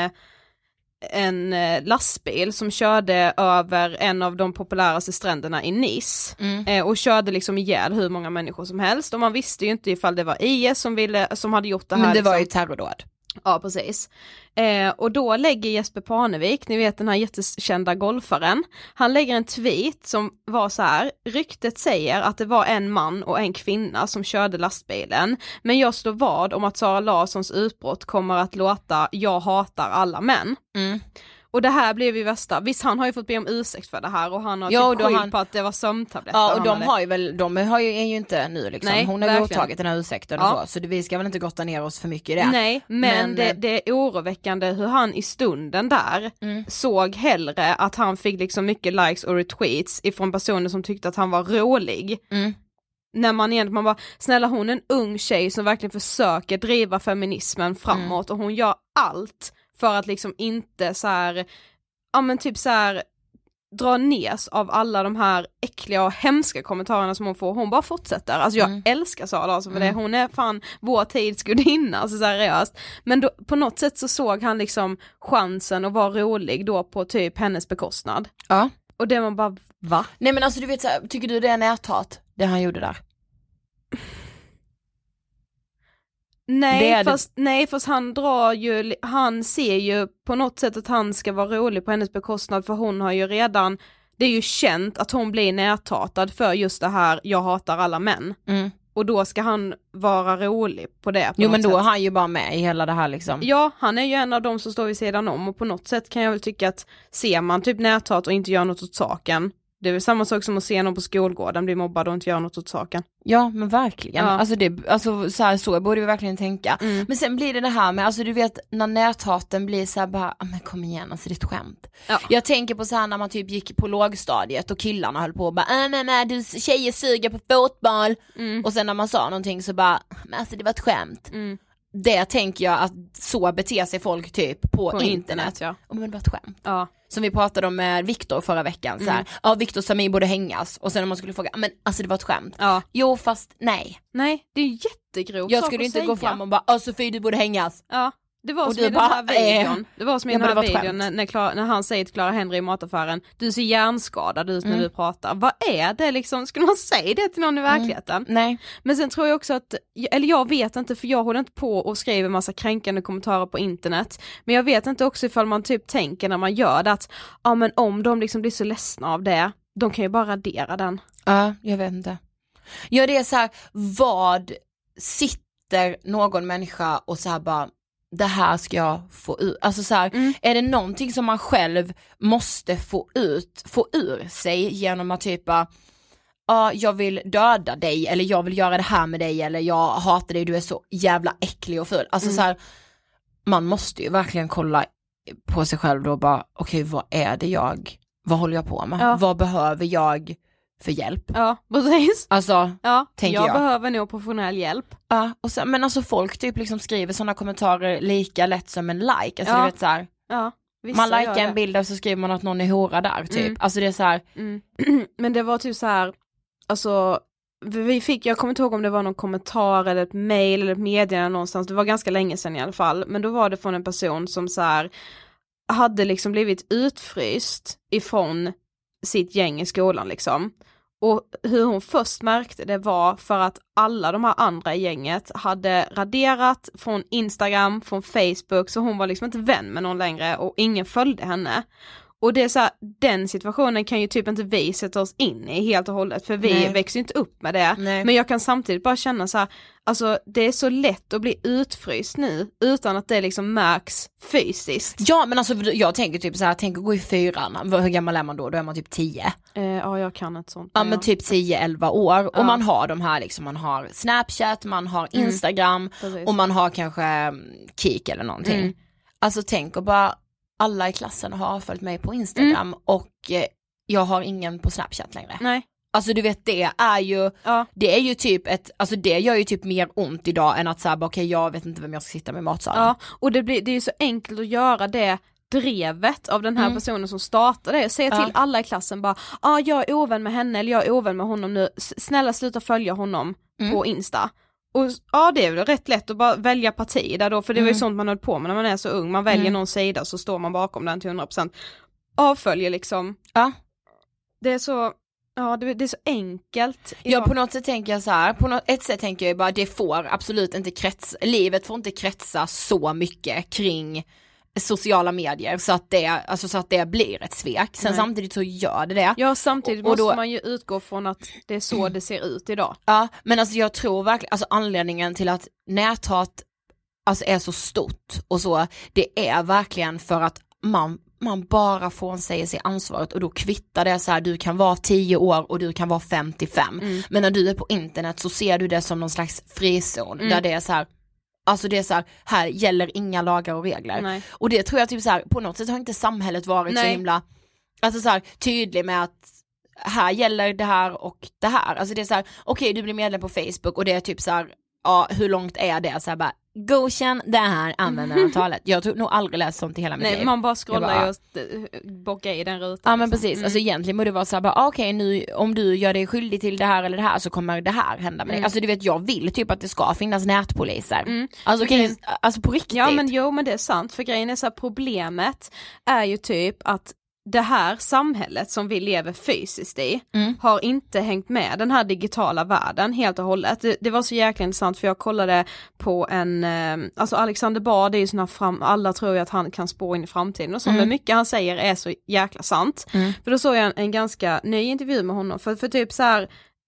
en lastbil som körde över en av de populäraste stränderna i Nice och körde liksom ihjäl hur många människor som helst, och man visste ju inte ifall det var IS som hade gjort det här. Men det liksom var ju terrordåd. Ja, precis. Och då lägger Jesper Parnevik, ni vet den här jättekända golfaren, han lägger en tweet som var så här: ryktet säger att det var en man och en kvinna som körde lastbilen, men jag slår vad om att Sara Larssons utbrott kommer att låta jag hatar alla män. Och det här blev ju värsta. Visst, han har ju fått be om ursäkt för det här, och han har typ skylt på att det var sömntabletter. Ja, och är ju inte nu liksom. Nej, hon har ju tagit den här ursäkten och så vi ska väl inte gotta ner oss för mycket i det. Nej, men det är oroväckande hur han i stunden där såg hellre att han fick liksom mycket likes och retweets ifrån personer som tyckte att han var rolig. När man bara, snälla, hon är en ung tjej som verkligen försöker driva feminismen framåt, och hon gör allt för att liksom inte så här, ja men typ så här, dra nes av alla de här äckliga och hemska kommentarerna som hon får. Hon bara fortsätter. Alltså jag älskar Sara Larsson för det. Hon är fan vår tids gudinna, alltså seriöst. Men då, på något sätt så såg han liksom chansen att vara rolig då på typ hennes bekostnad. Ja. Och det man bara, va? Nej men alltså du vet så här, tycker du det är näthat, det han gjorde där? Nej, fast han ser ju på något sätt att han ska vara rolig på hennes bekostnad, för hon har ju det är ju känt att hon blir näthatad för just det här, jag hatar alla män. och då ska han vara rolig på det. Jo, men då är han ju bara med i hela det här liksom. Ja, han är ju en av dem som står vid sidan om, och på något sätt kan jag väl tycka att ser man typ näthat och inte gör något åt saken, det är väl samma sak som att se någon på skolgården bli mobbad och inte göra något åt saken. Ja, men verkligen. Ja. Alltså så borde vi verkligen tänka. Men sen blir det här med, alltså du vet, när näthaten blir så här bara, men kom igen, alltså det är ett skämt. Ja. Jag tänker på så här när man typ gick på lågstadiet och killarna höll på och bara, men du tjejer suger på fotboll. Och sen när man sa någonting så bara, men alltså det var ett skämt. Det tänker jag att så beter sig folk typ på internet. Ja. Men det var ett skämt. Ja. Som vi pratade om med Viktor förra veckan. Så här, ja, Viktor och Samir borde hängas. Och sen när man skulle fråga, men alltså det var ett skämt. Ja. Jo, fast nej. Nej, det är jättegrovt. Jag skulle inte gå fram och bara, Sofie, du borde hängas. Ja. Det var och som i den här videon. Det var som i den här videon när han säger till Clara Henry i mataffären, du ser hjärnskadad ut när du pratar. Vad är det liksom? Skulle man säga det till någon i verkligheten? Nej. Men sen tror jag också att, eller jag vet inte, för jag håller inte på och skriver massa kränkande kommentarer på internet. Men jag vet inte också ifall man typ tänker när man gör det att, ja men om de liksom blir så ledsna av det, de kan ju bara radera den. Ja, jag vet inte. Ja, det är så här, vad sitter någon människa och så här bara, det här ska jag få ut. Alltså så här, är det någonting som man själv måste få ur sig genom att typ jag vill döda dig, eller jag vill göra det här med dig, eller jag hatar dig, du är så jävla äcklig och ful. Alltså så här, man måste ju verkligen kolla på sig själv då och bara, okej, vad håller jag på med? Ja. Vad behöver jag för hjälp? Ja, precis. Alltså, tänker jag behöver nog professionell hjälp. Ja, och så, men alltså folk typ liksom skriver sådana kommentarer lika lätt som en like. Alltså du vet så här. Ja, man likar en bild och så skriver man att någon är hora där typ. Alltså det är så här. Men det var typ så här, alltså jag kommer inte ihåg om det var någon kommentar eller ett mejl eller ett meddelande någonstans. Det var ganska länge sedan i alla fall. Men då var det från en person som så här hade liksom blivit utfryst ifrån sitt gäng i skolan liksom. Och hur hon först märkte det var för att alla de här andra i gänget hade raderat från Instagram, från Facebook, så hon var liksom inte vän med någon längre och ingen följde henne. Och det är så här, den situationen kan ju typ inte vi sätta oss in i helt och hållet, för vi växer inte upp med det. Nej. Men jag kan samtidigt bara känna så här, alltså det är så lätt att bli utfryst nu utan att det liksom märks fysiskt. Ja, men alltså jag tänker typ så här, tänk att gå i 4:an. Hur gammal är man då? Då är man typ 10. Ja, jag kan ett sånt. Ja, men typ 10-11 år. Ja. Och man har de här liksom, man har Snapchat, man har Instagram och man har kanske Kik eller någonting. Alltså tänk och bara, alla i klassen har följt mig på Instagram och jag har ingen på Snapchat längre. Nej. Alltså du vet, det är ju typ alltså det gör ju typ mer ont idag än att säga okej, jag vet inte vem jag ska sitta med i matsalen. Ja, och det är ju så enkelt att göra det drevet av den här personen som startade det. Säga till alla i klassen bara, jag är ovän med henne eller jag är ovän med honom nu. Snälla sluta följa honom på Insta. Och det är väl rätt lätt att bara välja parti där då, för det var ju sånt man höll på med när man är så ung. Man väljer någon sida så står man bakom den till 100%. Avföljer liksom. Ja. Det är så, det är så enkelt. Ja, på något sätt tänker jag så här, på ett sätt tänker jag bara, det får absolut inte livet får inte kretsa så mycket kring sociala medier så att det blir ett svek. Sen samtidigt så gör det. Ja, samtidigt måste man ju utgå från att det är så det ser ut idag. Ja, men alltså jag tror verkligen, alltså anledningen till att näthat alltså är så stort och så, det är verkligen för att man bara får säga sig ansvaret, och då kvittar det så här, du kan vara 10 år och du kan vara 55. Men när du är på internet så ser du det som någon slags frizon där det är så här, alltså det är så här gäller inga lagar och regler. Nej. Och det tror jag typ så här, på något sätt har inte samhället varit så himla alltså så här tydlig med att här gäller det här och det här. Alltså det är så här, okej, du blir medlem på Facebook och det är typ så här, hur långt är det? Så här bara, godkänn det här användarantalet. Jag tror nog aldrig läst sånt i hela mitt liv. Nej, man bara scrollar och bockar i den rutan. Ja, men precis. Alltså egentligen borde det vara så här bara, okej, nu om du gör dig skyldig till det här eller det här så kommer det här hända med dig. Alltså du vet, jag vill typ att det ska finnas nätpoliser. Alltså på riktigt. Ja, men men det är sant. För grejen är så här, problemet är ju typ att det här samhället som vi lever fysiskt i har inte hängt med den här digitala världen helt och hållet. Det var så jäkla intressant, för jag kollade på alltså Alexander Bard, det är ju såna alla tror ju att han kan spå in i framtiden och så, men mycket han säger är så jäkla sant. För då såg jag en ganska ny intervju med honom, för typ så här,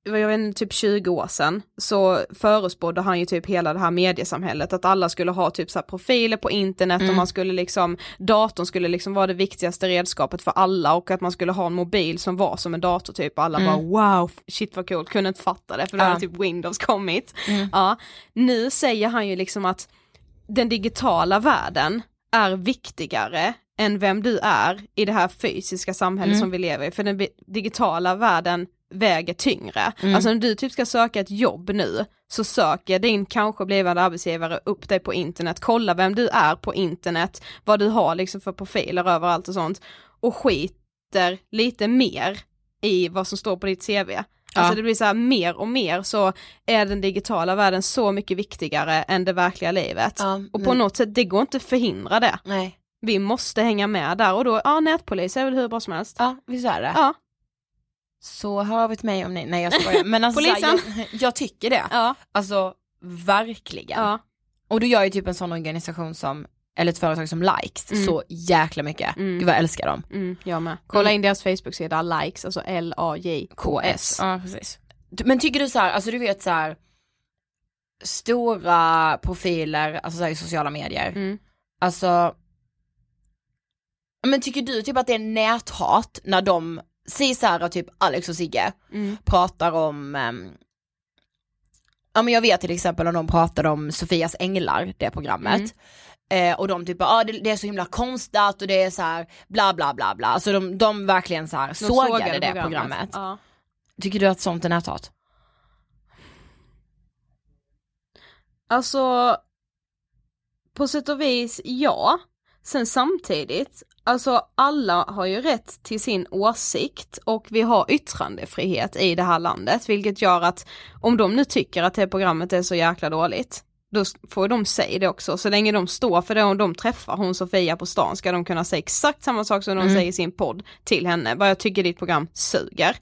jag vet inte, typ 20 år sedan så förespådde han ju typ hela det här mediesamhället, att alla skulle ha typ så här profiler på internet och man skulle liksom, datorn skulle liksom vara det viktigaste redskapet för alla och att man skulle ha en mobil som var som en dator typ, och alla bara wow, shit vad coolt, kunde inte fatta det för då hade typ Windows kommit. Ja, nu säger han ju liksom att den digitala världen är viktigare än vem du är i det här fysiska samhället som vi lever i, för den digitala världen väger tyngre. Alltså när du typ ska söka ett jobb nu, så söker din kanske blivande arbetsgivare upp dig på internet, kolla vem du är på internet, vad du har liksom för profiler överallt och sånt, och skiter lite mer i vad som står på ditt CV. Alltså det blir så här, mer och mer så är den digitala världen så mycket viktigare än det verkliga livet. Och på något sätt, det går inte att förhindra det. Nej. Vi måste hänga med där, och då, nätpolis är väl hur bra som helst. Ja, visst är det. Ja. Så har vi mig om ni. Nej, jag skojar. Men alltså, polisen. Jag tycker det. Ja. Alltså, verkligen. Ja. Och då gör ju typ en sån organisation som, eller ett företag som Likes, så jäkla mycket. Gud vad jag älskar dem. Jag med. Kolla in deras Facebook-sida, Likes, alltså LAJKS. Ja, precis. Men tycker du så här, alltså du vet så här, stora profiler, alltså så här, i sociala medier. Alltså, men tycker du typ att det är näthat när de säger så här, typ Alex och Sigge pratar om ja men jag vet till exempel om de pratar om Sofias änglar, det programmet. Och de typ, det är så himla konstigt och det är så här bla bla bla bla. Alltså de verkligen så här sågade det programmet. Ja. Tycker du att sånt är näthat? Alltså, på sätt och vis, ja. Sen samtidigt, alltså alla har ju rätt till sin åsikt och vi har yttrandefrihet i det här landet, vilket gör att om de nu tycker att det programmet är så jäkla dåligt, då får de säga det också. Så länge de står för det och de träffar hon Sofia på stan, ska de kunna säga exakt samma sak som de säger i sin podd till henne. Vad jag tycker ditt program suger.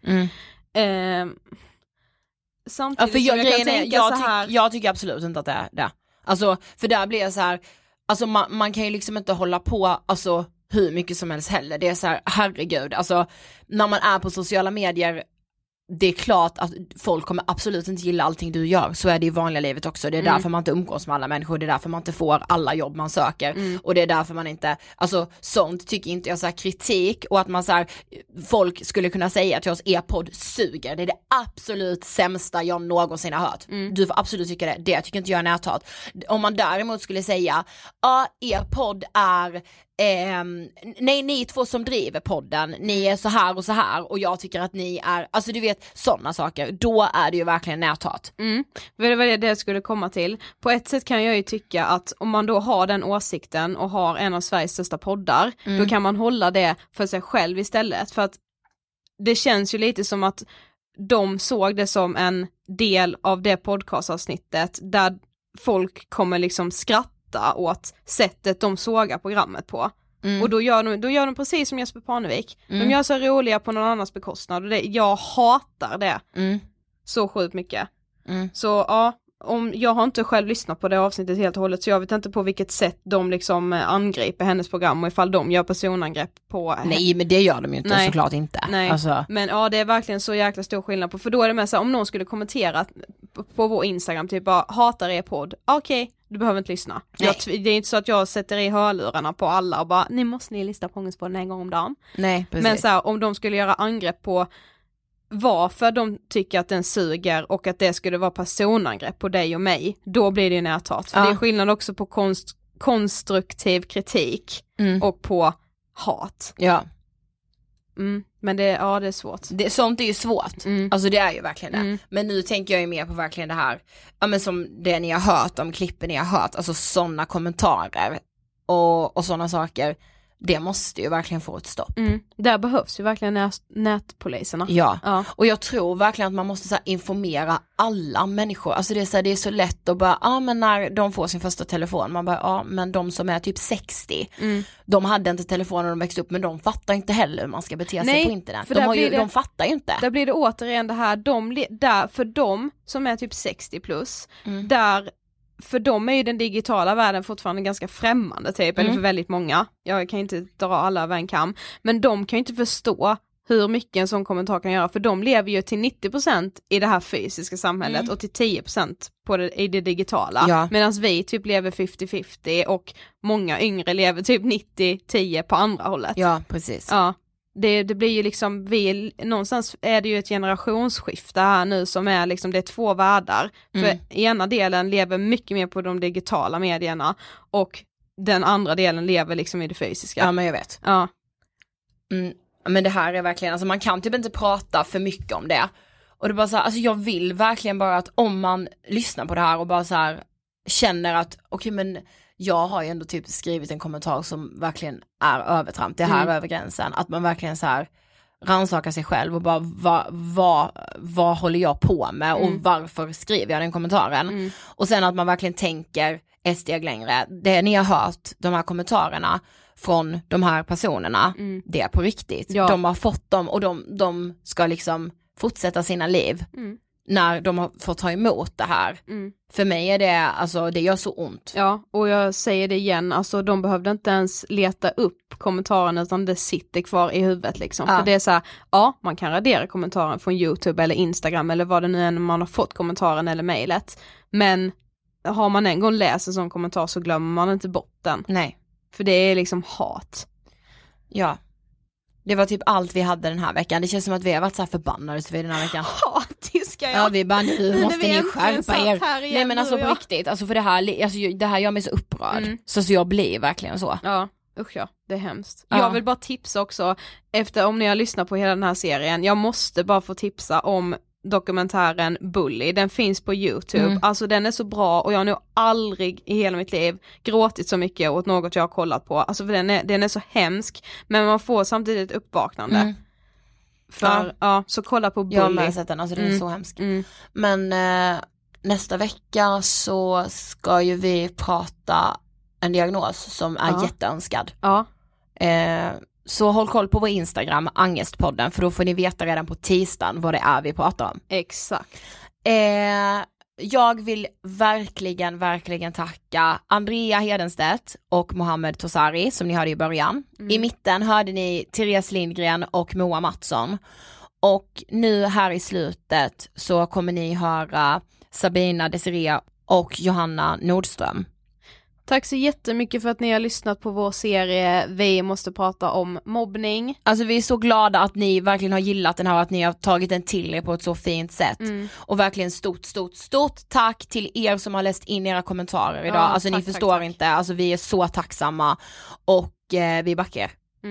Samtidigt jag tycker absolut inte att det är det. Alltså, för där blir jag så här, alltså man kan ju liksom inte hålla på alltså hur mycket som helst heller. Det är så här, herregud, alltså när man är på sociala medier, det är klart att folk kommer absolut inte gilla allting du gör. Så är det i vanliga livet också. Det är därför man inte umgås med alla människor. Det är därför man inte får alla jobb man söker. Och det är därför man inte, alltså sånt tycker inte jag, så här kritik och att man så här, folk skulle kunna säga till oss, podd suger. Det är det absolut sämsta jag någonsin har hört. Du får absolut tycka det. Det tycker inte jag är näthat. Om man däremot skulle säga, podd är nej, ni två som driver podden, ni är så här och så här och jag tycker att ni är, alltså du vet, sådana saker, då är det ju verkligen näthat. Det var det jag skulle komma till. På ett sätt kan jag ju tycka att om man då har den åsikten och har en av Sveriges största poddar, då kan man hålla det för sig själv istället, för att det känns ju lite som att de såg det som en del av det podcastavsnittet där folk kommer liksom skratta åt sättet de sågar programmet på. Och då gör de precis som Jesper Parnevik. De gör så roliga på någon annans bekostnad. Och jag hatar det så sjukt mycket. Så ja, jag har inte själv lyssnat på det avsnittet helt och hållet, så jag vet inte på vilket sätt de liksom angriper hennes program och ifall de gör personangrepp på henne. Nej, men det gör de ju inte, såklart inte. Nej. Alltså. Men ja, det är verkligen så jäkla stor skillnad på, för då är det med så här, om någon skulle kommentera på vår Instagram typ bara, hatar er podd, okej, du behöver inte lyssna. Det är inte så att jag sätter i hörlurarna på alla och bara, ni måste lyssna på Ångestpodden en gång om dagen. Nej, precis. Men så här, om de skulle göra angrepp på varför de tycker att den suger och att det skulle vara personangrepp på dig och mig, då blir det ju näthat. För det är skillnad också på konstruktiv kritik och på hat. Ja. Men det är svårt. Sånt är ju svårt. Alltså det är ju verkligen det. Men nu tänker jag ju mer på verkligen det här, ja men som det ni har hört, de klippen ni har hört, alltså sådana kommentarer och sådana saker. Det måste ju verkligen få ett stopp. Där behövs ju verkligen nätpoliserna. Ja, och jag tror verkligen att man måste så här, informera alla människor. Alltså det är så lätt att bara, men när de får sin första telefon, man bara, men de som är typ 60, de hade inte telefon när de växte upp, men de fattar inte heller hur man ska bete sig på internet. För de fattar ju inte. Där blir det återigen det här, för de som är typ 60 plus, för dem är ju den digitala världen fortfarande ganska främmande typ, eller för väldigt många. Jag kan inte dra alla över en kam, men de kan ju inte förstå hur mycket en sån kommentar kan göra, för de lever ju till 90% i det här fysiska samhället och till 10% i det digitala, medan vi typ lever 50-50 och många yngre lever typ 90-10 på andra hållet. Ja, precis. Ja. Det blir ju liksom, någonstans är det ju ett generationsskifte här nu som är liksom, det är två världar. För ena delen lever mycket mer på de digitala medierna och den andra delen lever liksom i det fysiska. Ja, men jag vet. Ja. Men det här är verkligen, alltså man kan typ inte prata för mycket om det. Och det är bara så här, alltså jag vill verkligen bara att om man lyssnar på det här och bara så här känner att okej, men jag har ju ändå typ skrivit en kommentar som verkligen är övertramp, det här över gränsen, att man verkligen så här rannsakar sig själv och bara vad håller jag på med och varför skriver jag den kommentaren, och sen att man verkligen tänker ett steg längre. Det ni har hört, de här kommentarerna från de här personerna, det är på riktigt. De har fått dem och de ska liksom fortsätta sina liv när de har fått ta emot det här. För mig är det, alltså det gör så ont. Ja, och jag säger det igen, alltså de behövde inte ens leta upp kommentarerna, utan det sitter kvar i huvudet liksom. För det är så här, ja, man kan radera kommentaren från YouTube eller Instagram eller vad det nu är man har fått kommentaren eller mejlet. Men har man en gång läst en sån kommentar så glömmer man inte bort den. Nej. För det är liksom hat. Ja. Det var typ allt vi hade den här veckan. Det känns som att vi har varit så här förbannade så vi den här veckan. Hatiska jag. Ja, vi bara, nu måste ni skärpa er. Nej, men alltså på riktigt. Alltså för det här gör mig så upprörd. Så jag blir verkligen så. Ja, usch ja. Det är hemskt. Jag vill bara tipsa också, om ni har lyssnat på hela den här serien. Jag måste bara få tipsa om dokumentären Bully, den finns på YouTube. Alltså den är så bra och jag har nog aldrig i hela mitt liv gråtit så mycket åt något jag har kollat på. Alltså för den är så hemsk, men man får samtidigt ett uppvaknande. För så kolla på Bully. Jag har sett den, alltså den är så hemsk. Men nästa vecka så ska ju vi prata en diagnos som är jätteönskad. Så håll koll på vår Instagram, Angestpodden, för då får ni veta redan på tisdagen vad det är vi pratar om. Exakt. Jag vill verkligen tacka Andrea Hedenstedt och Mohammed Tosari som ni hörde i början. I mitten hörde ni Therese Lindgren och Moa Mattsson. Och nu här i slutet så kommer ni höra Sabina Desiree och Johanna Nordström. Tack så jättemycket för att ni har lyssnat på vår serie Vi måste prata om mobbning. Alltså vi är så glada att ni verkligen har gillat den här, att ni har tagit den till er på ett så fint sätt. Och verkligen stort tack till er som har läst in era kommentarer idag. Alltså tack, ni förstår tack. Inte, alltså vi är så tacksamma och vi backar.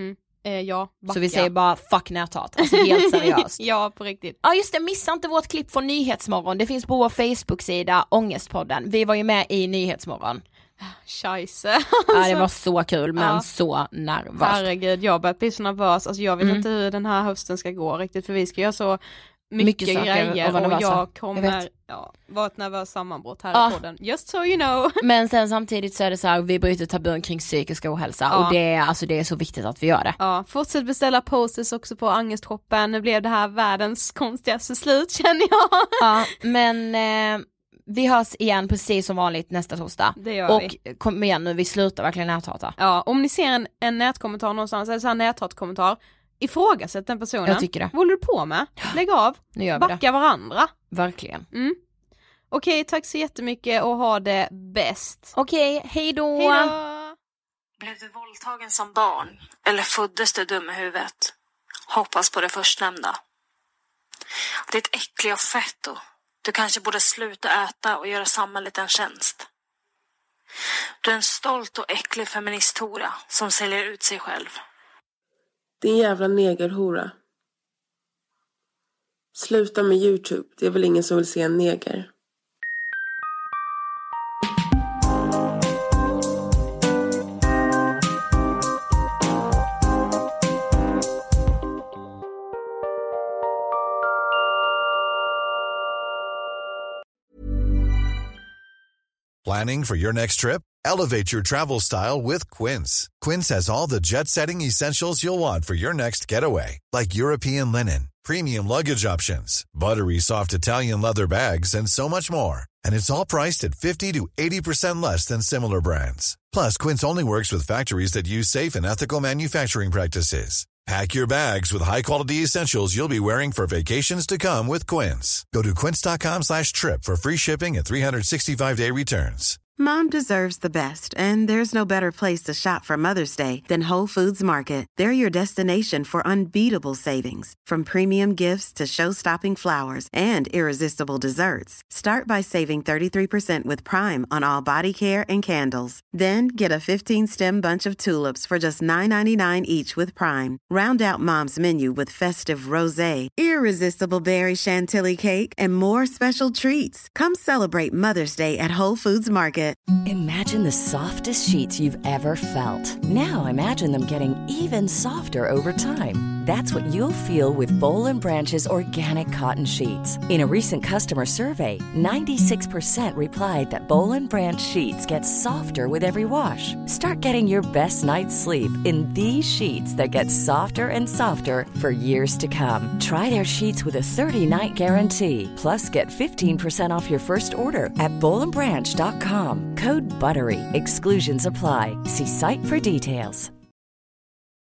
Så vi säger bara fuck näthat, alltså helt seriöst. Ja, på riktigt. Ja just det, missa inte vårt klipp från Nyhetsmorgon. Det finns på vår Facebook-sida Ångestpodden. Vi var ju med i Nyhetsmorgon. Scheisse. Ja, det var så kul, men så nervöst. Herregud, jag börjar bli så nervös. Alltså jag vet inte hur den här hösten ska gå riktigt, för vi ska göra så mycket grejer och jag kommer vara ett nervöst sammanbrott här i podden. Just so you know. Men sen samtidigt så är det så här, vi bryter tabun kring psykisk ohälsa och det är så viktigt att vi gör det. Ja, fortsätt beställa posters också på Ångestshoppen. Nu blev det här världens konstigaste slut, känner jag. Ja, men vi hörs igen precis som vanligt nästa torsdag. Det gör vi. Och kom igen nu, vi slutar verkligen näthata. Ja, om ni ser en nätkommentar någonstans, eller så här näthatkommentar, ifrågasätt den personen. Jag tycker det. Vad håller du på med? Lägg av. Nu gör vi backa varandra. Verkligen. Okej, tack så jättemycket och ha det bäst. Okej, hej då. Blev du våldtagen som barn? Eller föddes du dum i huvudet? Hoppas på det förstnämnda. Ditt äckliga fetto. Du kanske borde sluta äta och göra samhället en tjänst. Du är en stolt och äcklig feministhora som säljer ut sig själv. Din jävla negerhora. Sluta med YouTube, det är väl ingen som vill se en neger. Planning for your next trip? Elevate your travel style with Quince. Quince has all the jet-setting essentials you'll want for your next getaway, like European linen, premium luggage options, buttery soft Italian leather bags, and so much more. And it's all priced at 50 to 80% less than similar brands. Plus, Quince only works with factories that use safe and ethical manufacturing practices. Pack your bags with high-quality essentials you'll be wearing for vacations to come with Quince. Go to quince.com/trip for free shipping and 365-day returns. Mom deserves the best, and there's no better place to shop for Mother's Day than Whole Foods Market. They're your destination for unbeatable savings, from premium gifts to show-stopping flowers and irresistible desserts. Start by saving 33% with Prime on all body care and candles. Then get a 15-stem bunch of tulips for just $9.99 each with Prime. Round out Mom's menu with festive rosé, irresistible berry chantilly cake, and more special treats. Come celebrate Mother's Day at Whole Foods Market. Imagine the softest sheets you've ever felt. Now imagine them getting even softer over time. That's what you'll feel with Boll & Branch's organic cotton sheets. In a recent customer survey, 96% replied that Boll & Branch sheets get softer with every wash. Start getting your best night's sleep in these sheets that get softer and softer for years to come. Try their sheets with a 30-night guarantee. Plus, get 15% off your first order at bollandbranch.com. Code BUTTERY. Exclusions apply. See site for details.